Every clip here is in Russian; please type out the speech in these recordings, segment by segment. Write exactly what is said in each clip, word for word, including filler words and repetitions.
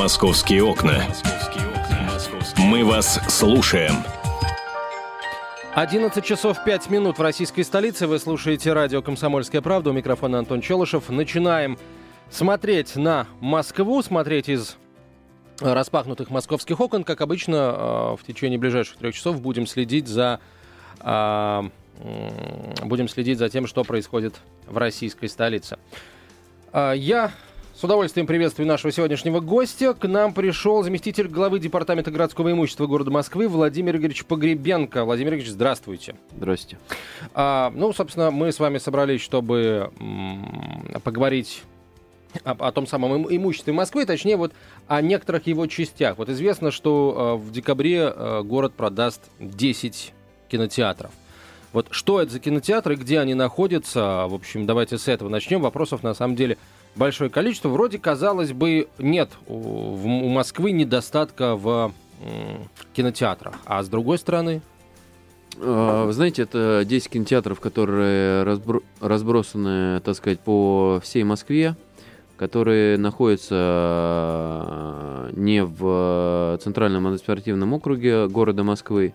«Московские окна». Мы вас слушаем. одиннадцать часов пять минут в российской столице. Вы слушаете радио «Комсомольская правда». У микрофона Антон Челышев. Начинаем смотреть на Москву, смотреть из распахнутых московских окон. Как обычно, в течение ближайших трех часов будем следить за, будем следить за тем, что происходит в российской столице. Я с удовольствием приветствую нашего сегодняшнего гостя. К нам пришел заместитель главы Департамента городского имущества города Москвы Владимир Игоревич Погребенко. Владимир Игоревич, здравствуйте. Здравствуйте. А, ну, собственно, мы с вами собрались, чтобы м- поговорить о, о том самом им, имуществе Москвы, точнее, вот о некоторых его частях. Вот известно, что э, в декабре э, город продаст десять кинотеатров. Вот что это за кинотеатры, где они находятся? В общем, давайте с этого начнем. Вопросов, на самом деле, большое количество. Вроде, казалось бы, нет у, у Москвы недостатка в м, кинотеатрах. А с другой стороны... Вы знаете, это десять кинотеатров, которые разбро- разбросаны, так сказать, по всей Москве, которые находятся не в Центральном административном округе города Москвы.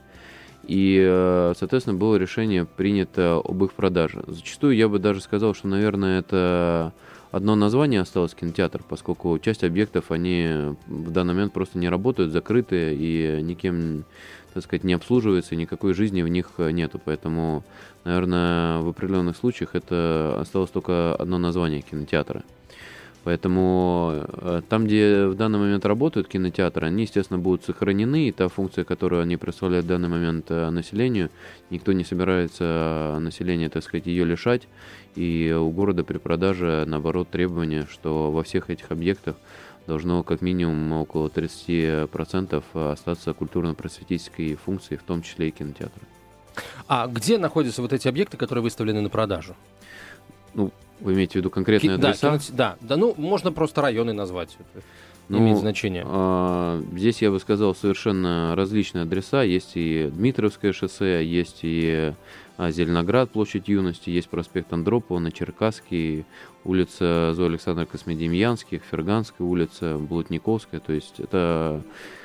И, соответственно, было решение принято об их продаже. Зачастую я бы даже сказал, что, наверное, это одно название осталось кинотеатр, поскольку часть объектов, они в данный момент просто не работают, закрыты и никем, так сказать, не обслуживаются, и никакой жизни в них нету. Поэтому, наверное, в определенных случаях это осталось только одно название кинотеатра. Поэтому там, где в данный момент работают кинотеатры, они, естественно, будут сохранены, и та функция, которую они представляют в данный момент населению, никто не собирается население, так сказать, ее лишать. И у города при продаже, наоборот, требование, что во всех этих объектах должно как минимум около тридцать процентов остаться культурно-просветительской функции, в том числе и кинотеатры. А где находятся вот эти объекты, которые выставлены на продажу? Ну, вы имеете в виду конкретные Ки- адреса? Да, кино... да, да, ну, можно просто районы назвать. Это не ну, имеет значения. А, здесь, я бы сказал, совершенно различные адреса. Есть и Дмитровское шоссе, есть и а, Зеленоград, площадь Юности, есть проспект Андропова, на Черкасский, улица Зои Александровны Космодемьянских, Ферганская улица, Блудниковская. То есть это...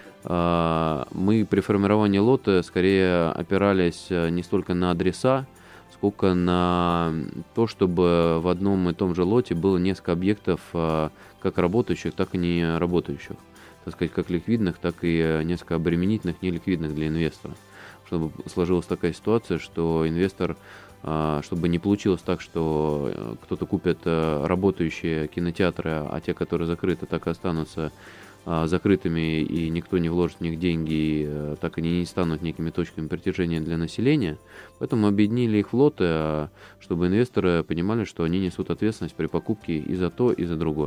А, мы при формировании лота скорее опирались не столько на адреса, сколько на то, чтобы в одном и том же лоте было несколько объектов, как работающих, так и не работающих. Так сказать, как ликвидных, так и несколько обременительных, неликвидных для инвестора. Чтобы сложилась такая ситуация, что инвестор, чтобы не получилось так, что кто-то купит работающие кинотеатры, а те, которые закрыты, так и останутся закрытыми, и никто не вложит в них деньги, и так они не станут некими точками притяжения для населения. Поэтому мы объединили их в лоты, чтобы инвесторы понимали, что они несут ответственность при покупке и за то, и за другое.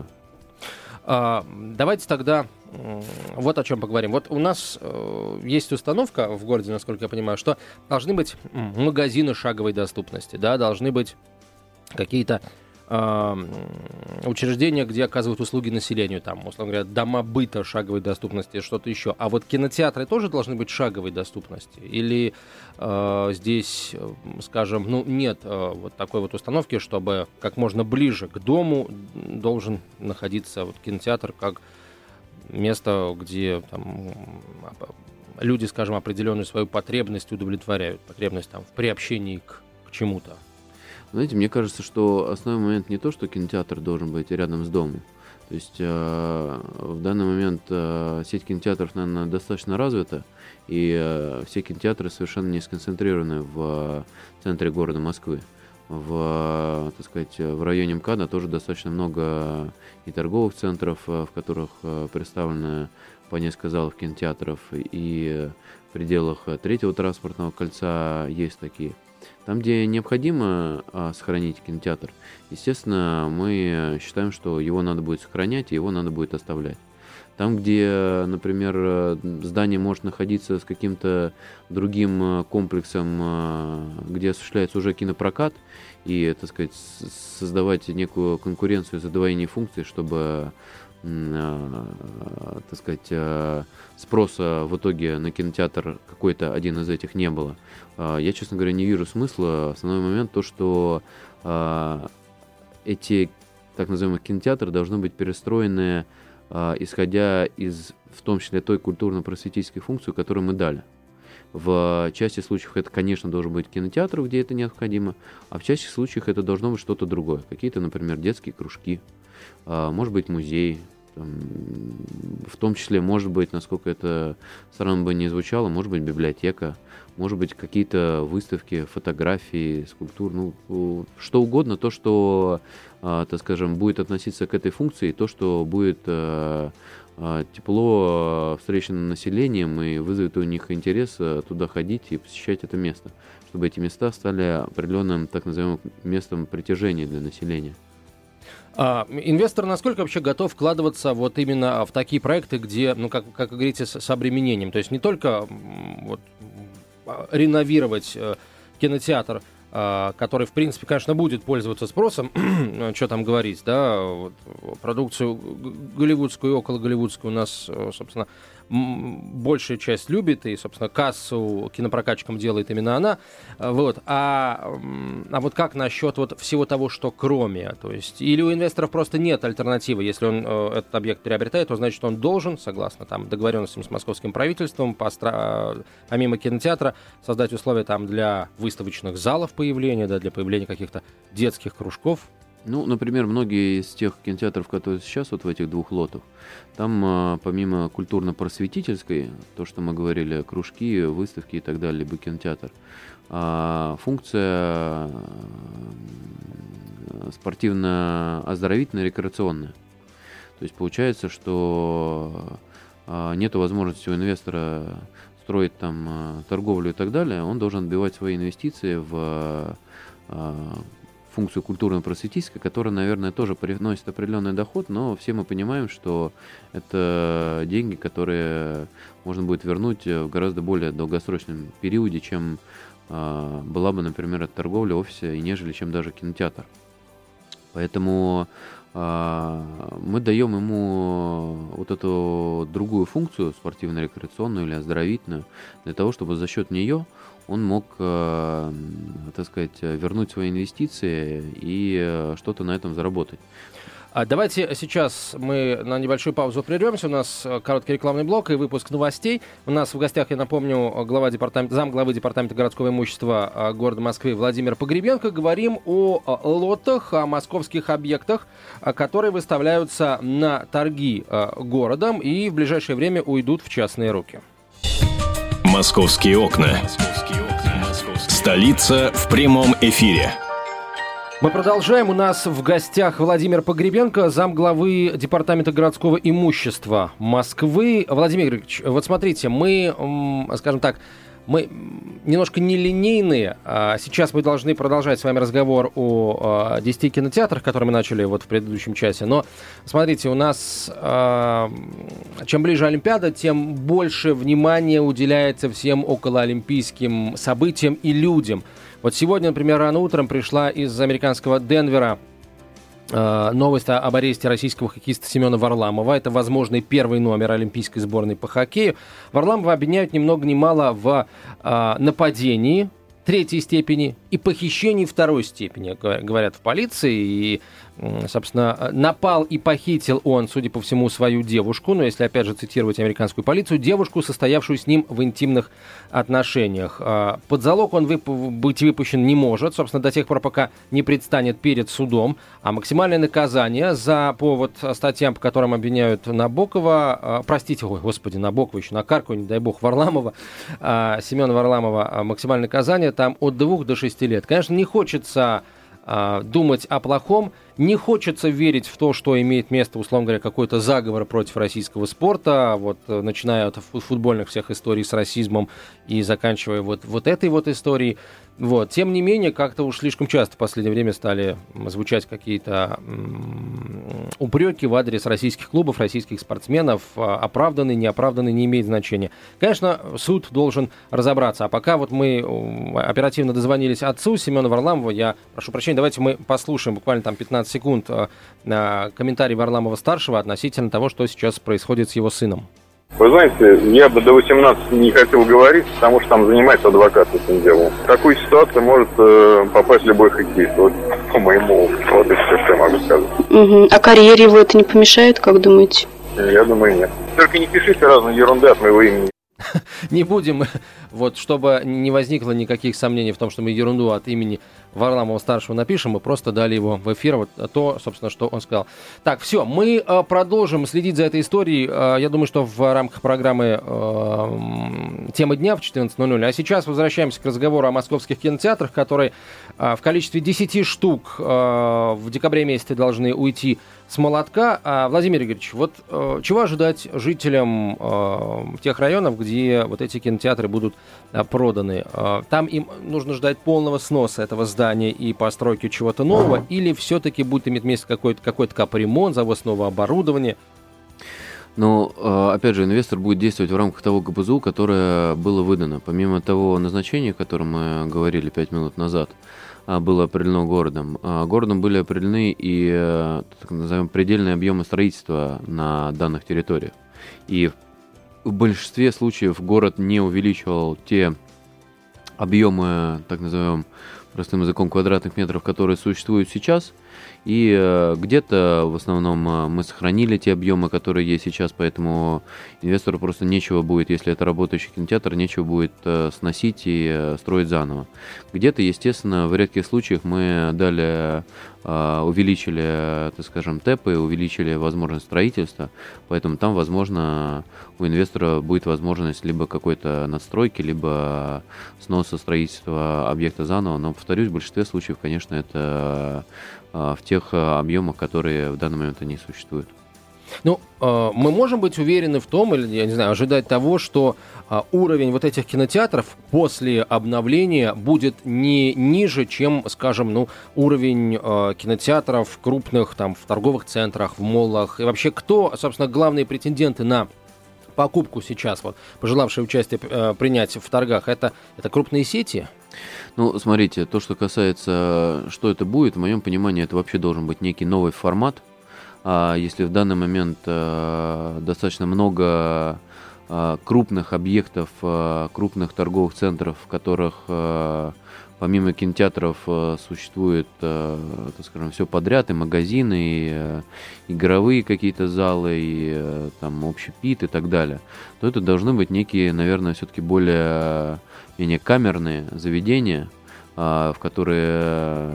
А, давайте тогда вот о чем поговорим. Вот у нас э, есть установка в городе, насколько я понимаю, что должны быть магазины шаговой доступности, да, должны быть какие-то учреждения, где оказывают услуги населению, там, условно говоря, дома быта шаговой доступности, что-то еще. А вот кинотеатры тоже должны быть шаговой доступности? Или э, здесь, скажем, ну, нет э, вот такой вот установки, чтобы как можно ближе к дому должен находиться вот кинотеатр как место, где там люди, скажем, определенную свою потребность удовлетворяют, потребность там в приобщении к, к чему-то? Знаете, мне кажется, что основной момент не то, что кинотеатр должен быть рядом с домом. То есть э, в данный момент э, сеть кинотеатров, наверное, достаточно развита, и э, все кинотеатры совершенно не сконцентрированы в центре города Москвы. В, так сказать, в районе МКАДа тоже достаточно много и торговых центров, в которых представлены по несколько залов кинотеатров, и в пределах третьего транспортного кольца есть такие. Там, где необходимо а, сохранить кинотеатр, естественно, мы считаем, что его надо будет сохранять, и его надо будет оставлять. Там, где, например, здание может находиться с каким-то другим комплексом, где осуществляется уже кинопрокат, и, так сказать, создавать некую конкуренцию, задвоение функций, чтобы, так сказать, спроса в итоге на кинотеатр какой-то один из этих не было. Я, честно говоря, не вижу смысла. Основной момент то, что эти так называемые кинотеатры должны быть перестроены исходя из, в том числе, той культурно-просветительской функции, которую мы дали. В части случаев это, конечно, должен быть кинотеатр, где это необходимо, а в части случаев это должно быть что-то другое. Какие-то, например, детские кружки, может быть, музей, там, в том числе, может быть, насколько это странно бы не звучало, может быть, библиотека, может быть, какие-то выставки, фотографии, скульптур, ну, что угодно, то, что, так скажем, будет относиться к этой функции, то, что будет тепло встречено населением и вызовет у них интерес туда ходить и посещать это место, чтобы эти места стали определенным, так называемым, местом притяжения для населения. А, инвестор насколько вообще готов вкладываться вот именно в такие проекты, где, ну, как, как вы говорите, с, с обременением? То есть не только вот, реновировать э, кинотеатр, э, который, в принципе, конечно, будет пользоваться спросом, что там говорить, да, вот, продукцию голливудскую и около голливудскую у нас, собственно, большая часть любит, и, собственно, кассу кинопрокатчикам делает именно она. Вот. А, а вот как насчет вот всего того, что кроме? То есть, или у инвесторов просто нет альтернативы? Если он э, этот объект приобретает, то значит, он должен, согласно там, договоренностям с московским правительством, постра... помимо кинотеатра, создать условия там, для выставочных залов появления, да, для появления каких-то детских кружков. Ну, например, многие из тех кинотеатров, которые сейчас вот в этих двух лотах, там помимо культурно-просветительской, то, что мы говорили, кружки, выставки и так далее, либо кинотеатр, функция спортивно-оздоровительная, рекреационная. То есть получается, что нет возможности у инвестора строить там торговлю и так далее, он должен отбивать свои инвестиции в функцию культурно-просветительской, которая, наверное, тоже приносит определенный доход, но все мы понимаем, что это деньги, которые можно будет вернуть в гораздо более долгосрочном периоде, чем э, была бы, например, от торговли, офиса, и нежели чем даже кинотеатр. Поэтому э, мы даем ему вот эту другую функцию, спортивно-рекреационную или оздоровительную, для того, чтобы за счет нее он мог, э, так сказать, вернуть свои инвестиции и э, что-то на этом заработать. А давайте сейчас мы на небольшую паузу прервемся. У нас короткий рекламный блок и выпуск новостей. У нас в гостях, я напомню, глава департамента, замглавы департамента городского имущества города Москвы Владимир Погребенко. Говорим о лотах, о московских объектах, которые выставляются на торги городом и в ближайшее время уйдут в частные руки. «Московские окна». Столица в прямом эфире. Мы продолжаем. У нас в гостях Владимир Погребенко, замглавы департамента городского имущества Москвы. Владимир Игоревич, вот смотрите, мы, скажем так, мы немножко нелинейные. Сейчас мы должны продолжать с вами разговор о десяти кинотеатрах, которые мы начали вот в предыдущем часе. Но, смотрите, у нас чем ближе Олимпиада, тем больше внимания уделяется всем околоолимпийским событиям и людям. Вот сегодня, например, рано утром пришла из американского Денвера э, новость об аресте российского хоккеиста Семена Варламова. Это возможный первый номер олимпийской сборной по хоккею. Варламова обвиняют ни много ни мало в э, нападении третьей степени и похищении второй степени, говорят в полиции. И, собственно, напал и похитил он, судя по всему, свою девушку, но если, опять же, цитировать американскую полицию, девушку, состоявшую с ним в интимных отношениях. Под залог он вып- быть выпущен не может, собственно, до тех пор, пока не предстанет перед судом. А максимальное наказание за повод статьям, по которым обвиняют Набокова, простите, ой, господи, Набокова, еще Накаркова, не дай бог, Варламова, Семена Варламова, максимальное наказание там от двух до шести лет. Конечно, не хочется думать о плохом, не хочется верить в то, что имеет место, условно говоря, какой-то заговор против российского спорта, вот, начиная от футбольных всех историй с расизмом и заканчивая вот, вот этой вот историей. Вот. Тем не менее, как-то уж слишком часто в последнее время стали звучать какие-то м- упреки в адрес российских клубов, российских спортсменов. Оправданные, неоправданные, не имеет значения. Конечно, суд должен разобраться. А пока вот мы оперативно дозвонились отцу Семена Варламова, я прошу прощения, давайте мы послушаем буквально там пятнадцать секунд комментарий Варламова-старшего относительно того, что сейчас происходит с его сыном. Вы знаете, я бы до восемнадцати не хотел говорить, потому что там занимается адвокат этим делом. В какую ситуацию может э, попасть любой хоккеист? Вот по моему, вот и все, что я могу сказать. Угу. А карьере его это не помешает, как думаете? Я думаю, нет. Только не пишите разные ерунды от моего имени. Не будем, вот, чтобы не возникло никаких сомнений в том, что мы ерунду от имени Варламова-старшего напишем, мы просто дали его в эфир, вот то, собственно, что он сказал. Так, все, мы э, продолжим следить за этой историей, э, я думаю, что в рамках программы э, «Тема дня» в четырнадцать ноль ноль. А сейчас возвращаемся к разговору о московских кинотеатрах, которые э, в количестве десяти штук э, в декабре месяце должны уйти с молотка. А, Владимир Игоревич, вот э, чего ожидать жителям э, тех районов, где вот эти кинотеатры будут э, проданы? Э, там им нужно ждать полного сноса этого здания и постройки чего-то нового, или все-таки будет иметь место какой-то, какой-то капремонт, завоз нового оборудования? Но, опять же, инвестор будет действовать в рамках того ГБЗУ, которое было выдано. Помимо того назначения, о котором мы говорили пять минут назад, было определено городом. Городом были определены и, так назовем, предельные объемы строительства на данных территориях. И в большинстве случаев город не увеличивал те объемы, так назовем, простым языком, квадратных метров, которые существуют сейчас. И э, где-то в основном э, мы сохранили те объемы, которые есть сейчас, поэтому инвестору просто нечего будет, если это работающий кинотеатр, нечего будет э, сносить и э, строить заново. Где-то, естественно, в редких случаях мы дали, э, увеличили, так скажем, ТЭПы, увеличили возможность строительства, поэтому там, возможно, у инвестора будет возможность либо какой-то надстройки, либо сноса строительства объекта заново, но, повторюсь, в большинстве случаев, конечно, это в тех объемах, которые в данный момент они существуют. Ну, э, мы можем быть уверены в том, или, я не знаю, ожидать того, что э, уровень вот этих кинотеатров после обновления будет не ниже, чем, скажем, ну, уровень э, кинотеатров крупных, там, в торговых центрах, в моллах. И вообще, кто, собственно, главные претенденты на покупку сейчас, вот, пожелавшие участие э, принять в торгах, это, это крупные сети? Ну, смотрите, то, что касается, что это будет, в моем понимании, это вообще должен быть некий новый формат. А если в данный момент а, достаточно много а, крупных объектов, а, крупных торговых центров, в которых а, помимо кинотеатров а, существует, а, так скажем, все подряд, и магазины, и а, игровые какие-то залы, и а, там общепит и так далее, то это должны быть некие, наверное, все-таки более... менее камерные заведения, в которые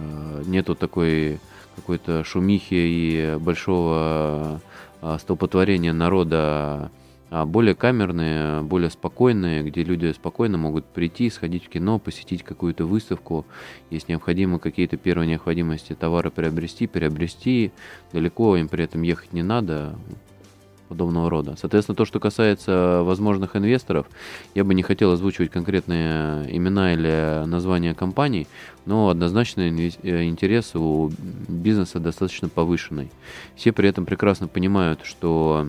нету такой какой-то шумихи и большого столпотворения народа, а более камерные, более спокойные, где люди спокойно могут прийти, сходить в кино, посетить какую-то выставку, если необходимо какие-то первой необходимости товары приобрести, приобрести, далеко им при этом ехать не надо, подобного рода. Соответственно, то, что касается возможных инвесторов, я бы не хотел озвучивать конкретные имена или названия компаний, но однозначно интерес у бизнеса достаточно повышенный. Все при этом прекрасно понимают, что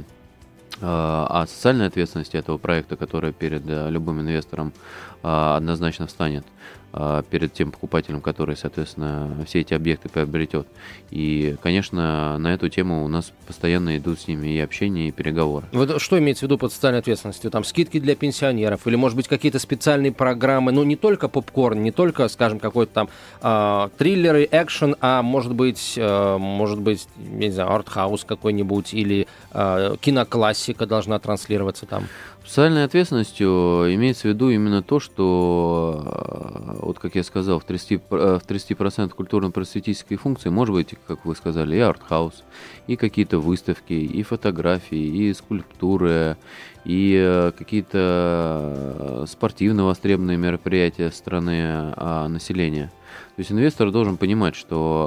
о социальной ответственности этого проекта, которая перед любым инвестором однозначно встанет, перед тем покупателем, который, соответственно, все эти объекты приобретет. И, конечно, на эту тему у нас постоянно идут с ними и общения, и переговоры. Вот что имеется в виду под социальной ответственностью? Там скидки для пенсионеров или, может быть, какие-то специальные программы, ну, не только попкорн, не только, скажем, какой-то там э, триллеры, экшен, а может быть, э, может быть, я не знаю, артхаус какой-нибудь или э, киноклассика должна транслироваться там? Социальной ответственностью имеется в виду именно то, что, вот как я сказал, в тридцать процентов культурно-просветительской функции может быть, как вы сказали, и артхаус, и какие-то выставки, и фотографии, и скульптуры, и какие-то спортивно востребованные мероприятия со стороны населения. То есть инвестор должен понимать, что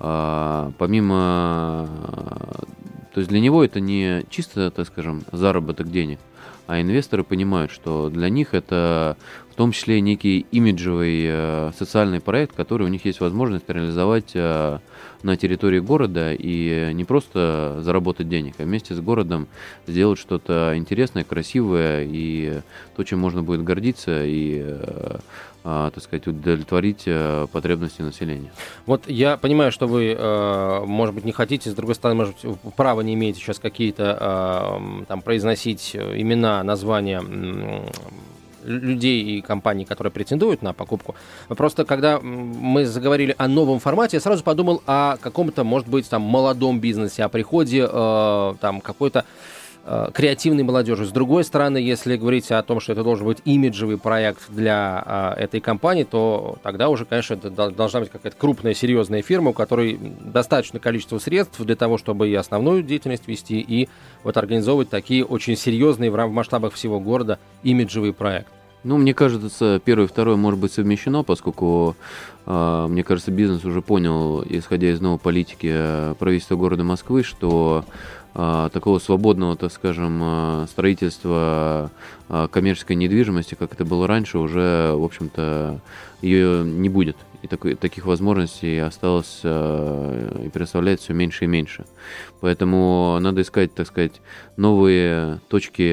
помимо... То есть для него это не чисто, так скажем, заработок денег, а инвесторы понимают, что для них это в том числе некий имиджевый э, социальный проект, который у них есть возможность реализовать э, на территории города и не просто заработать денег, а вместе с городом сделать что-то интересное, красивое и то, чем можно будет гордиться и, э, э, так сказать, удовлетворить э, потребности населения. Вот я понимаю, что вы, э, может быть, не хотите, с другой стороны, может быть, права не имеете сейчас какие-то э, там произносить имена, названия людей и компаний, которые претендуют на покупку. Просто когда мы заговорили о новом формате, я сразу подумал о каком-то, может быть, там, молодом бизнесе, о приходе э, там, какой-то креативной молодежи. С другой стороны, если говорить о том, что это должен быть имиджевый проект для а, этой компании, то тогда уже, конечно, это должна быть какая-то крупная, серьезная фирма, у которой достаточное количество средств для того, чтобы и основную деятельность вести, и вот организовывать такие очень серьезные в масштабах всего города имиджевый проект. Ну, мне кажется, первое и второе может быть совмещено, поскольку, э, мне кажется, бизнес уже понял, исходя из новой политики правительства города Москвы, что э, такого свободного, так скажем, э, строительства э, коммерческой недвижимости, как это было раньше, уже, в общем-то, ее не будет. И такой, таких возможностей осталось э, и представляется все меньше и меньше. Поэтому надо искать, так сказать, новые точки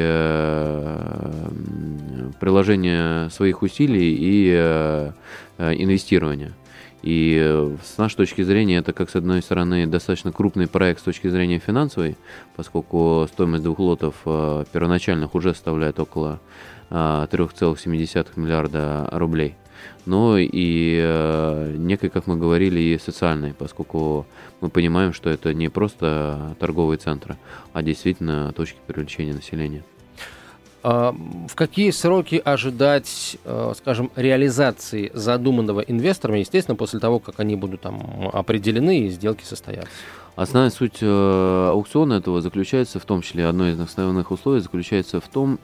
э, приложения своих усилий и э, инвестирования. И э, с нашей точки зрения это, как с одной стороны, достаточно крупный проект с точки зрения финансовой, поскольку стоимость двух лотов э, первоначальных уже составляет около э, три целых семь десятых миллиарда рублей. Но и э, некой, как мы говорили, и социальной, поскольку мы понимаем, что это не просто торговые центры, а действительно точки привлечения населения. А в какие сроки ожидать, скажем, реализации задуманного инвесторами, естественно, после того, как они будут там определены и сделки состоятся? Основная суть э, аукциона этого заключается, в том числе, одно из основных условий заключается в том,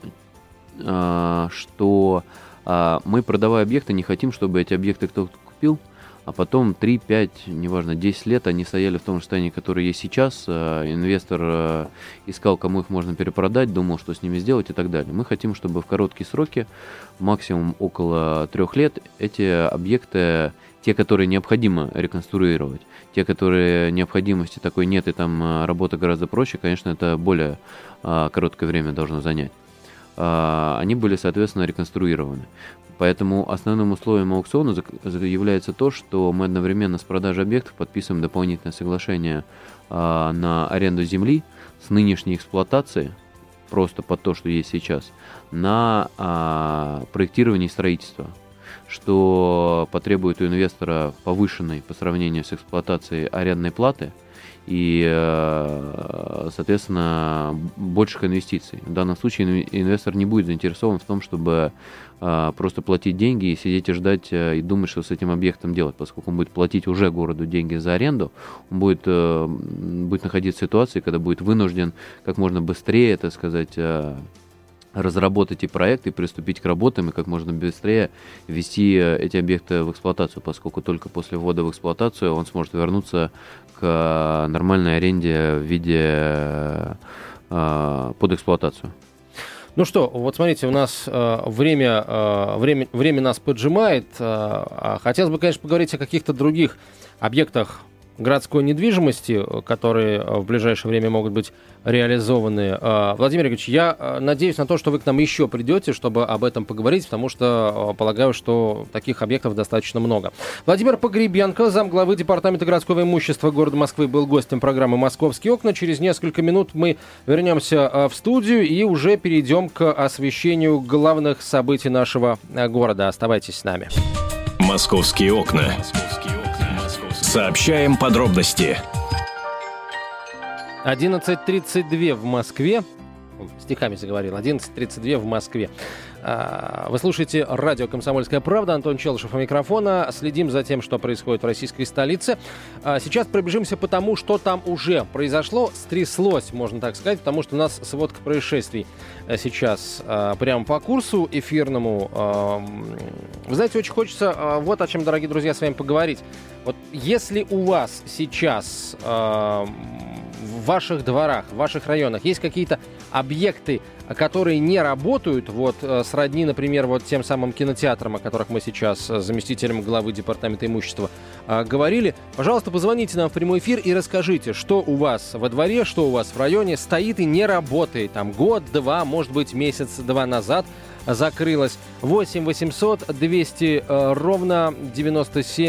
э, что мы, продавая объекты, не хотим, чтобы эти объекты кто-то купил, а потом три, пять, неважно, десять лет они стояли в том же состоянии, которое есть сейчас. Инвестор искал, кому их можно перепродать, думал, что с ними сделать и так далее. Мы хотим, чтобы в короткие сроки, максимум около трех лет, эти объекты, те, которые необходимо реконструировать, те, которые необходимости такой нет, и там работа гораздо проще, конечно, это более короткое время должно занять. Они были, соответственно, реконструированы. Поэтому основным условием аукциона является то, что мы одновременно с продажей объектов подписываем дополнительное соглашение на аренду земли с нынешней эксплуатацией, просто под то, что есть сейчас, на проектирование и строительство, что потребует у инвестора повышенной по сравнению с эксплуатацией арендной платы и, соответственно, больших инвестиций. В данном случае инвестор не будет заинтересован в том, чтобы просто платить деньги и сидеть и ждать и думать, что с этим объектом делать, поскольку он будет платить уже городу деньги за аренду, он будет, будет находиться в ситуации, когда будет вынужден как можно быстрее, так сказать, разработать и проект, и приступить к работам, и как можно быстрее ввести эти объекты в эксплуатацию, поскольку только после ввода в эксплуатацию он сможет вернуться к нормальной аренде в виде э, под эксплуатацию. Ну что, вот смотрите, у нас э, время, э, время, время нас поджимает. Э, хотелось бы, конечно, поговорить о каких-то других объектах городской недвижимости, которые в ближайшее время могут быть реализованы. Владимир Игоревич, я надеюсь на то, что вы к нам еще придете, чтобы об этом поговорить, потому что полагаю, что таких объектов достаточно много. Владимир Погребенко, замглавы Департамента городского имущества города Москвы, был гостем программы «Московские окна». Через несколько минут мы вернемся в студию и уже перейдем к освещению главных событий нашего города. Оставайтесь с нами. «Московские окна». Сообщаем подробности. одиннадцать тридцать два в Москве. Стихами заговорил. одиннадцать тридцать два в Москве. Вы слушаете радио «Комсомольская правда». Антон Челышев у микрофона. Следим за тем, что происходит в российской столице. Сейчас пробежимся по тому, что там уже произошло. Стряслось, можно так сказать, потому что у нас сводка происшествий сейчас прямо по курсу эфирному. Вы знаете, очень хочется вот о чем, дорогие друзья, с вами поговорить. Вот если у вас сейчас в ваших дворах, в ваших районах есть какие-то объекты, которые не работают, вот сродни, например, вот тем самым кинотеатрам, о которых мы сейчас с заместителем главы Департамента имущества а, говорили, пожалуйста, позвоните нам в прямой эфир и расскажите, что у вас во дворе, что у вас в районе стоит и не работает. Там год, два, может быть, месяц-два назад закрылось. восемь восемьсот двести ровно девяносто семь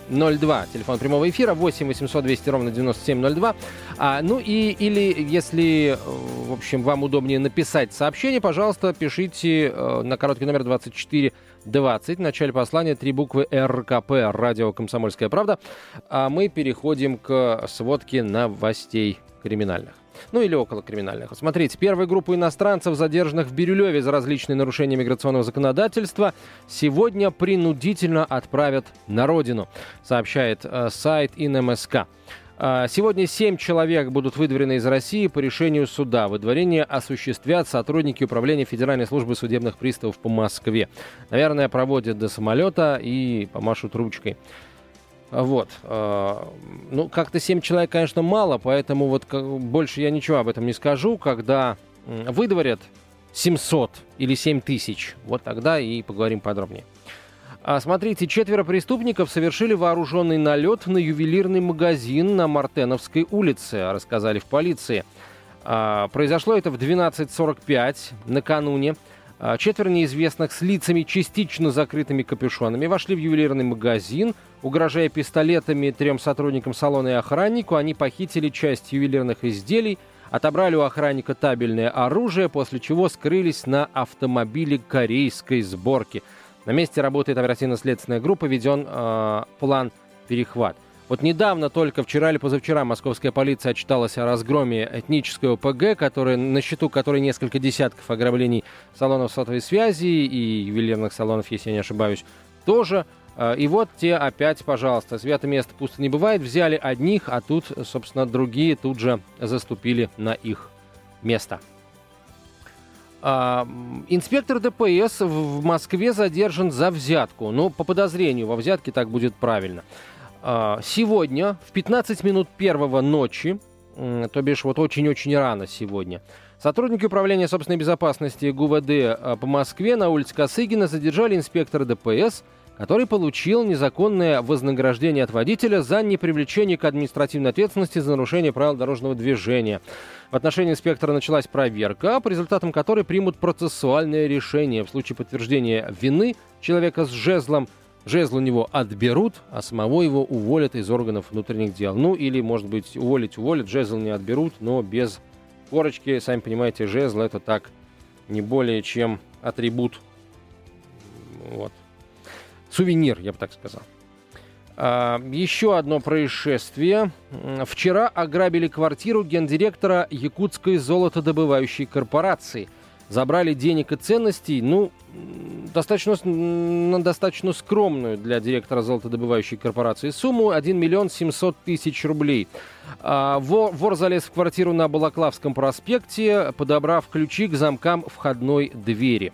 ноль два. Телефон прямого эфира восемь восемьсот двести ровно девяносто семь ноль два. А, ну и или если, в общем, вам удобнее написать сообщение, пожалуйста, пишите э, на короткий номер двадцать четыре двадцать. В начале послания три буквы эр ка пэ, радио «Комсомольская правда». А мы переходим к сводке новостей криминальных. Ну или около криминальных. Смотрите, первая группа иностранцев, задержанных в Бирюлеве за различные нарушения миграционного законодательства, сегодня принудительно отправят на родину, сообщает э, сайт эн эм эс ка. Э, сегодня семь человек будут выдворены из России по решению суда. Выдворение осуществят сотрудники Управления Федеральной службы судебных приставов по Москве. Наверное, проводят до самолета и помашут ручкой. Вот. Ну, как-то семь человек, конечно, мало, поэтому вот больше я ничего об этом не скажу. Когда выдворят семьсот или семь тысяч, вот тогда и поговорим подробнее. Смотрите, четверо преступников совершили вооруженный налет на ювелирный магазин на Мартеновской улице, рассказали в полиции. Произошло это в двенадцать сорок пять накануне. Четверо неизвестных с лицами, частично закрытыми капюшонами, вошли в ювелирный магазин. Угрожая пистолетами трем сотрудникам салона и охраннику, они похитили часть ювелирных изделий, отобрали у охранника табельное оружие, после чего скрылись на автомобиле корейской сборки. На месте работает оперативно-следственная группа, введен э, план «Перехват». Вот недавно, только вчера или позавчера, московская полиция отчиталась о разгроме этнической о пэ гэ, которая, на счету которой несколько десятков ограблений салонов сотовой связи и ювелирных салонов, если я не ошибаюсь, тоже. И вот те опять, пожалуйста, свято место пусто не бывает, взяли одних, а тут, собственно, другие тут же заступили на их место. Инспектор дэ пэ эс в Москве задержан за взятку. Ну, по подозрению во взятке так будет правильно. Сегодня в пятнадцать минут первого ночи, то бишь вот очень-очень рано сегодня, сотрудники Управления собственной безопасности гэ у вэ дэ по Москве на улице Косыгина задержали инспектора дэ пэ эс, который получил незаконное вознаграждение от водителя за непривлечение к административной ответственности за нарушение правил дорожного движения. В отношении инспектора началась проверка, по результатам которой примут процессуальное решение. В случае подтверждения вины человека с жезлом, жезл у него отберут, а самого его уволят из органов внутренних дел. Ну или, может быть, уволить уволят, жезл не отберут, но без корочки. Сами понимаете, жезл — это так, не более чем атрибут. Вот. Сувенир, я бы так сказал. А, еще одно происшествие. Вчера ограбили квартиру гендиректора Якутской золотодобывающей корпорации. Забрали денег и ценностей, ну, достаточно, достаточно скромную для директора золотодобывающей корпорации сумму — один миллион семьсот тысяч рублей. А, вор, вор залез в квартиру на Балаклавском проспекте, подобрав ключи к замкам входной двери.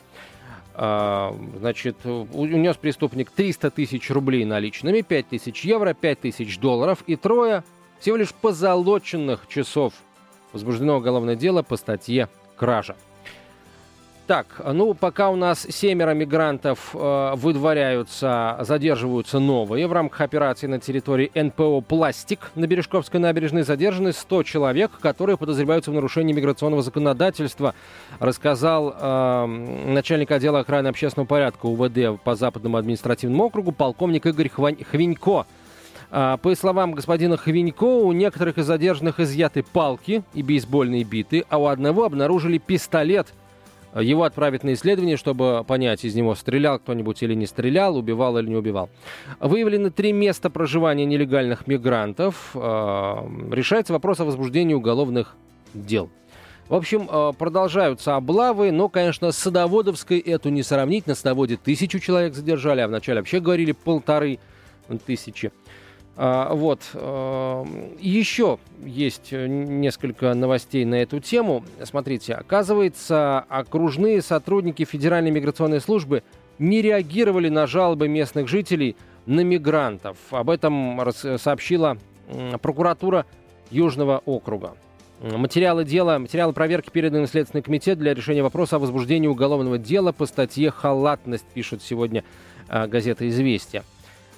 Значит, унес преступник триста тысяч рублей наличными, пять тысяч евро, пять тысяч долларов и трое всего лишь позолоченных часов. Возбуждено уголовное дело по статье «Кража». Так, ну, пока у нас семеро мигрантов э, выдворяются, задерживаются новые. В рамках операции на территории эн пэ о «Пластик» на Бережковской набережной задержаны сто человек, которые подозреваются в нарушении миграционного законодательства, рассказал э, начальник отдела охраны общественного порядка у вэ дэ по Западному административному округу полковник Игорь Хвань... Хвинько. Э, по словам господина Хвинько, у некоторых из задержанных изъяты палки и бейсбольные биты, а у одного обнаружили пистолет. Его отправят на исследование, чтобы понять, из него стрелял кто-нибудь или не стрелял, убивал или не убивал. Выявлены три места проживания нелегальных мигрантов. Решается вопрос о возбуждении уголовных дел. В общем, продолжаются облавы, но, конечно, с Садоводовской эту не сравнить. На Садоводе тысячу человек задержали, а вначале вообще говорили полторы тысячи. А, вот. А, еще есть несколько новостей на эту тему. Смотрите, оказывается, окружные сотрудники Федеральной миграционной службы не реагировали на жалобы местных жителей на мигрантов. Об этом сообщила прокуратура Южного округа. Материалы дела, материалы проверки переданы в Следственный комитет для решения вопроса о возбуждении уголовного дела по статье «Халатность», пишет сегодня а, газета «Известия».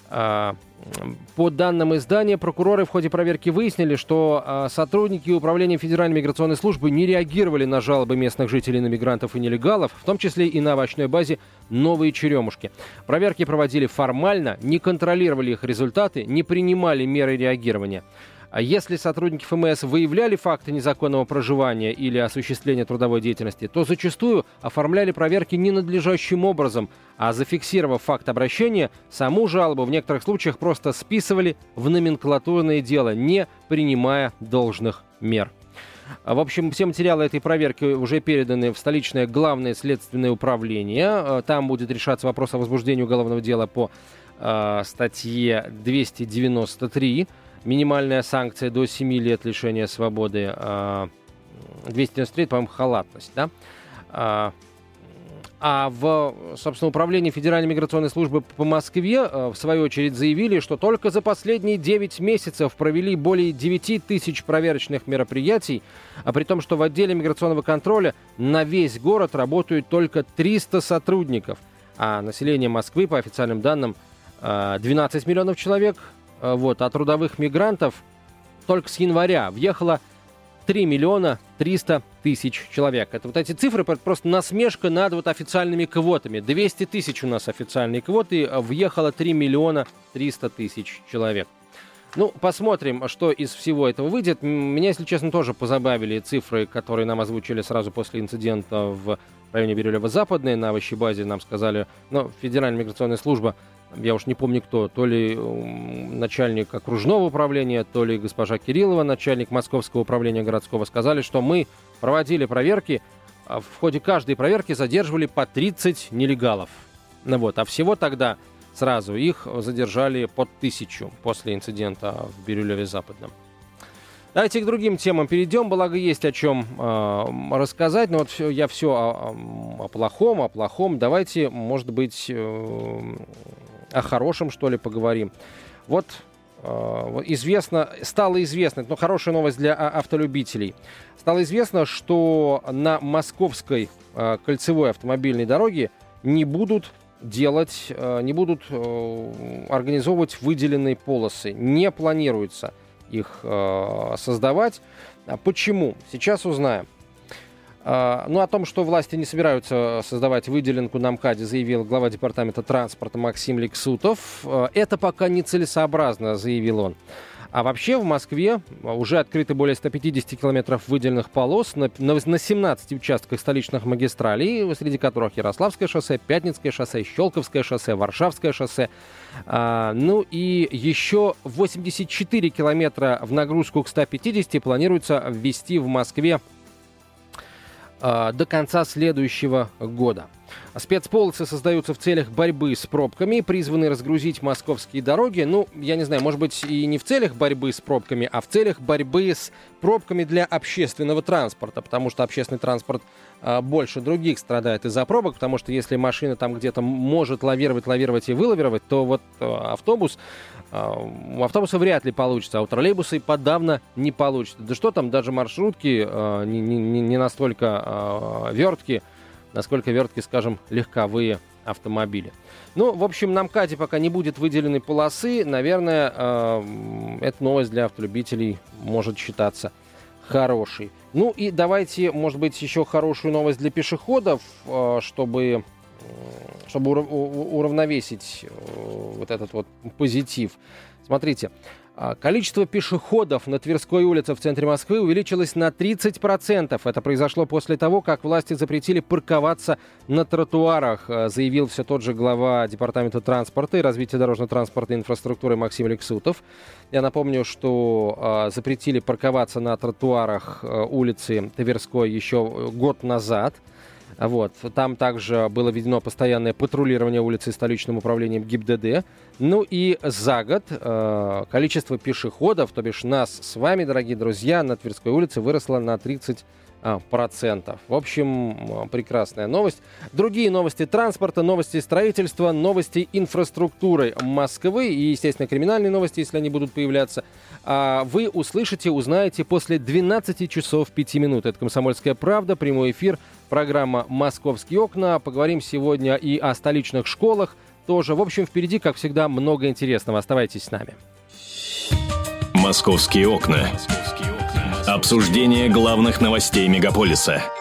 По данным издания, прокуроры в ходе проверки выяснили, что сотрудники Управления Федеральной миграционной службы не реагировали на жалобы местных жителей на мигрантов и нелегалов, в том числе и на овощной базе «Новые Черемушки». Проверки проводили формально, не контролировали их результаты, не принимали меры реагирования. А если сотрудники ФМС выявляли факты незаконного проживания или осуществления трудовой деятельности, то зачастую оформляли проверки ненадлежащим образом, а зафиксировав факт обращения, саму жалобу в некоторых случаях просто списывали в номенклатурное дело, не принимая должных мер. В общем, все материалы этой проверки уже переданы в столичное главное следственное управление. Там будет решаться вопрос о возбуждении уголовного дела по э, статье двести девяносто три. Минимальная санкция до семи лет лишения свободы. двести девяносто три, по-моему, халатность, да? А в, собственно, Управлении Федеральной миграционной службы по Москве, в свою очередь, заявили, что только за последние девять месяцев провели более девяти тысяч проверочных мероприятий, а при том, что в отделе миграционного контроля на весь город работают только триста сотрудников. А население Москвы, по официальным данным, двенадцать миллионов человек. Вот, а трудовых мигрантов только с января въехало три миллиона триста тысяч человек. Это вот эти цифры просто насмешка над вот официальными квотами. двести тысяч у нас официальные квоты, въехало три миллиона триста тысяч человек. Ну, посмотрим, что из всего этого выйдет. Меня, если честно, тоже позабавили цифры, которые нам озвучили сразу после инцидента в районе Бирюлево-Западной. На овощебазе нам сказали, ну, Федеральная миграционная служба, я уж не помню кто, то ли начальник окружного управления, то ли госпожа Кириллова, начальник Московского управления городского, сказали, что мы проводили проверки, в ходе каждой проверки задерживали по тридцать нелегалов. Ну вот, а всего тогда сразу их задержали под тысячу после инцидента в Бирюлеве-Западном. Давайте к другим темам перейдем, благо есть о чем э, рассказать, но вот все, я все о, о плохом, о плохом. Давайте, может быть, э, о хорошем, что ли, поговорим. Вот э, известно, стало известно, ну, хорошая новость для автолюбителей. Стало известно, что на Московской э, кольцевой автомобильной дороге не будут делать, э, не будут э, организовывать выделенные полосы. Не планируется их э, создавать. Почему? Сейчас узнаем. Э, ну, о том, что власти не собираются создавать выделенку на МКАДе, заявил глава департамента транспорта Максим Лексутов. Э, это пока нецелесообразно, заявил он. А вообще в Москве уже открыты более ста пятидесяти километров выделенных полос на, на, на семнадцати участках столичных магистралей, среди которых Ярославское шоссе, Пятницкое шоссе, Щелковское шоссе, Варшавское шоссе. А, ну и еще восемьдесят четыре километра в нагрузку к ста пятидесяти планируется ввести в Москве а, до конца следующего года. Спецполосы создаются в целях борьбы с пробками, призваны разгрузить московские дороги. Ну, я не знаю, может быть, и не в целях борьбы с пробками, а в целях борьбы с пробками для общественного транспорта, потому что общественный транспорт а, больше других страдает из-за пробок, потому что если машина там где-то может лавировать, лавировать и вылавировать, то вот а, автобус, а, у автобуса вряд ли получится, а у троллейбуса и подавно не получится. Да что там, даже маршрутки а, не, не, не настолько а, верткие, насколько вертки, скажем, легковые автомобили. Ну, в общем, на МКАДе пока не будет выделенной полосы. Наверное, э, эта новость для автолюбителей может считаться хорошей. Ну и давайте, может быть, еще хорошую новость для пешеходов, э, чтобы, чтобы урав- уравновесить э, вот этот вот позитив. Смотрите. Количество пешеходов на Тверской улице в центре Москвы увеличилось на тридцать процентов. Это произошло после того, как власти запретили парковаться на тротуарах, заявил все тот же глава Департамента транспорта и развития дорожно-транспортной инфраструктуры Максим Лексутов. Я напомню, что э, запретили парковаться на тротуарах э, улицы Тверской еще год назад. Вот. Там также было введено постоянное патрулирование улицы столичным управлением ГИБДД. Ну и за год э, количество пешеходов, то бишь нас с вами, дорогие друзья, на Тверской улице выросло на тридцать процентов. В общем, прекрасная новость. Другие новости транспорта, новости строительства, новости инфраструктуры Москвы и, естественно, криминальные новости, если они будут появляться, вы услышите, узнаете после двенадцати часов пяти минут. Это «Комсомольская правда», прямой эфир, программа «Московские окна». Поговорим сегодня и о столичных школах, тоже. В общем, впереди, как всегда, много интересного. Оставайтесь с нами. «Московские окна». Обсуждение главных новостей мегаполиса.